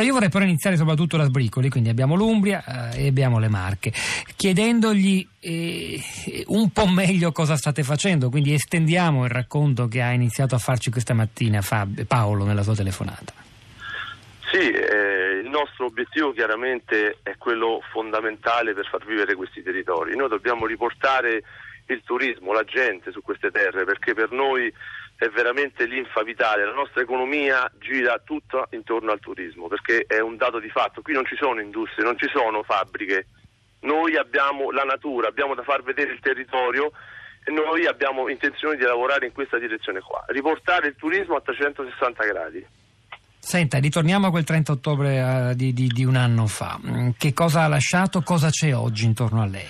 Allora io vorrei però iniziare soprattutto da Sbricoli, quindi abbiamo l'Umbria e abbiamo le Marche, chiedendogli un po' meglio cosa state facendo, quindi estendiamo il racconto che ha iniziato a farci questa mattina Paolo nella sua telefonata. Sì, il nostro obiettivo chiaramente è quello fondamentale per far vivere questi territori. Noi dobbiamo riportare il turismo, la gente su queste terre, perché per noi è veramente linfa vitale. La nostra economia gira tutta intorno al turismo, perché è un dato di fatto. Qui non ci sono industrie, non ci sono fabbriche. Noi abbiamo la natura, abbiamo da far vedere il territorio e noi abbiamo intenzione di lavorare in questa direzione qua. Riportare il turismo a 360 gradi. Senta, ritorniamo a quel 30 ottobre di un anno fa. Che cosa ha lasciato, cosa c'è oggi intorno a lei?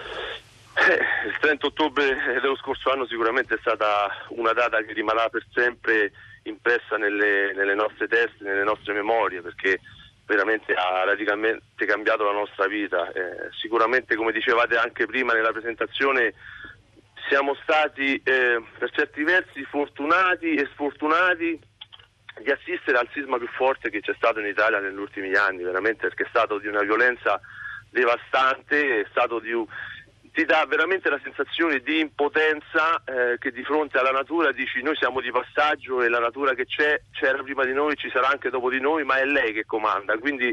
Il 30 ottobre dello scorso anno sicuramente è stata una data che rimarrà per sempre impressa nelle nostre teste, nelle nostre memorie, perché veramente ha radicalmente cambiato la nostra vita. Sicuramente, come dicevate anche prima nella presentazione, siamo stati per certi versi fortunati e sfortunati di assistere al sisma più forte che c'è stato in Italia negli ultimi anni, veramente, perché è stato di una violenza devastante, è stato ti dà veramente la sensazione di impotenza, che di fronte alla natura dici noi siamo di passaggio e la natura che c'era prima di noi, ci sarà anche dopo di noi, ma è lei che comanda. Quindi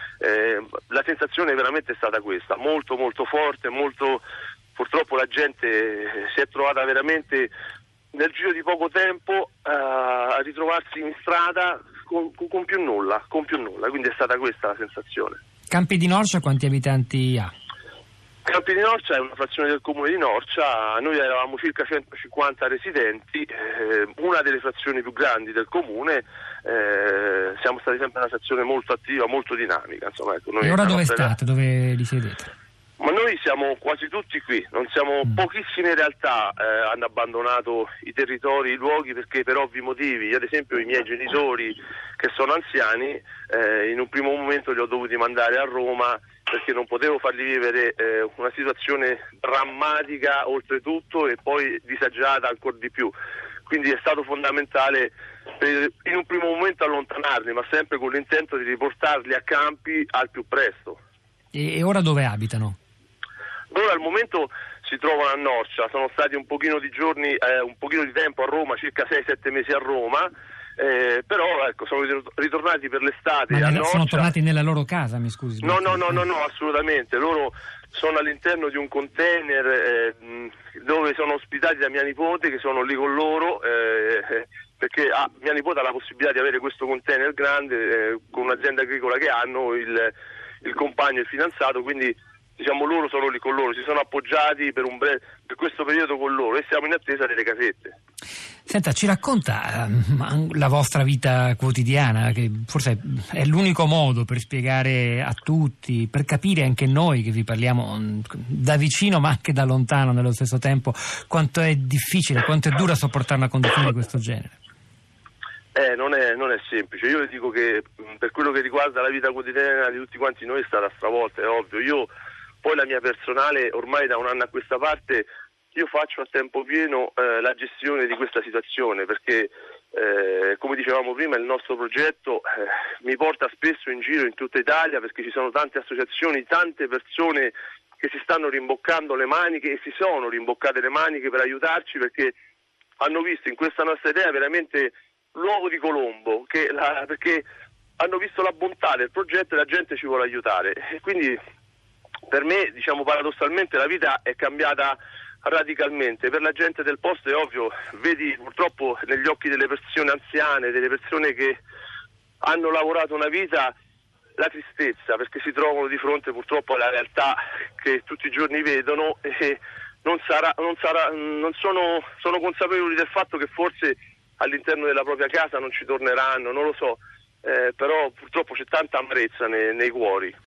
la sensazione veramente è stata questa, molto molto forte, molto. Purtroppo la gente si è trovata veramente nel giro di poco tempo a ritrovarsi in strada con più nulla, quindi è stata questa la sensazione. Campi di Norcia quanti abitanti ha? Campi di Norcia è una frazione del comune di Norcia, noi eravamo circa 150 residenti, una delle frazioni più grandi del comune, siamo stati sempre una frazione molto attiva, molto dinamica. Insomma, ecco, e ora dove state? Dove risiedete? Ma noi siamo quasi tutti qui, non siamo pochissime realtà hanno abbandonato i territori, i luoghi, perché per ovvi motivi. Io ad esempio i miei genitori che sono anziani, in un primo momento li ho dovuti mandare a Roma perché non potevo fargli vivere una situazione drammatica oltretutto e poi disagiata ancora di più. Quindi è stato fondamentale in un primo momento allontanarli, ma sempre con l'intento di riportarli a Campi al più presto. E ora dove abitano? Loro al momento si trovano a Norcia, sono stati un pochino di giorni, un pochino di tempo a Roma, circa 6-7 mesi a Roma, però ecco, sono ritornati per l'estate a Norcia. Sono tornati nella loro casa, mi scusi? No, assolutamente. Loro sono all'interno di un container dove sono ospitati da mia nipote, che sono lì con loro, perché mia nipote ha la possibilità di avere questo container grande con un'azienda agricola che hanno, il compagno e il fidanzato, quindi diciamo loro sono lì con loro, si sono appoggiati per questo periodo con loro e siamo in attesa delle casette. Senta, ci racconta la vostra vita quotidiana, che forse è l'unico modo per spiegare a tutti, per capire anche noi che vi parliamo da vicino ma anche da lontano nello stesso tempo, quanto è difficile, quanto è dura sopportare una condizione di questo genere. Non è semplice. Io le dico che per quello che riguarda la vita quotidiana di tutti quanti noi è stata stravolta, è ovvio. Io poi la mia personale, ormai da un anno a questa parte, io faccio a tempo pieno la gestione di questa situazione, perché come dicevamo prima il nostro progetto mi porta spesso in giro in tutta Italia, perché ci sono tante associazioni, tante persone che si stanno rimboccando le maniche e si sono rimboccate le maniche per aiutarci, perché hanno visto in questa nostra idea veramente l'uovo di Colombo, perché hanno visto la bontà del progetto e la gente ci vuole aiutare. E quindi per me, diciamo, paradossalmente la vita è cambiata radicalmente. Per la gente del posto è ovvio, vedi purtroppo negli occhi delle persone anziane, delle persone che hanno lavorato una vita, la tristezza, perché si trovano di fronte purtroppo alla realtà che tutti i giorni vedono e sono consapevoli del fatto che forse all'interno della propria casa non ci torneranno, non lo so, però purtroppo c'è tanta amarezza nei cuori.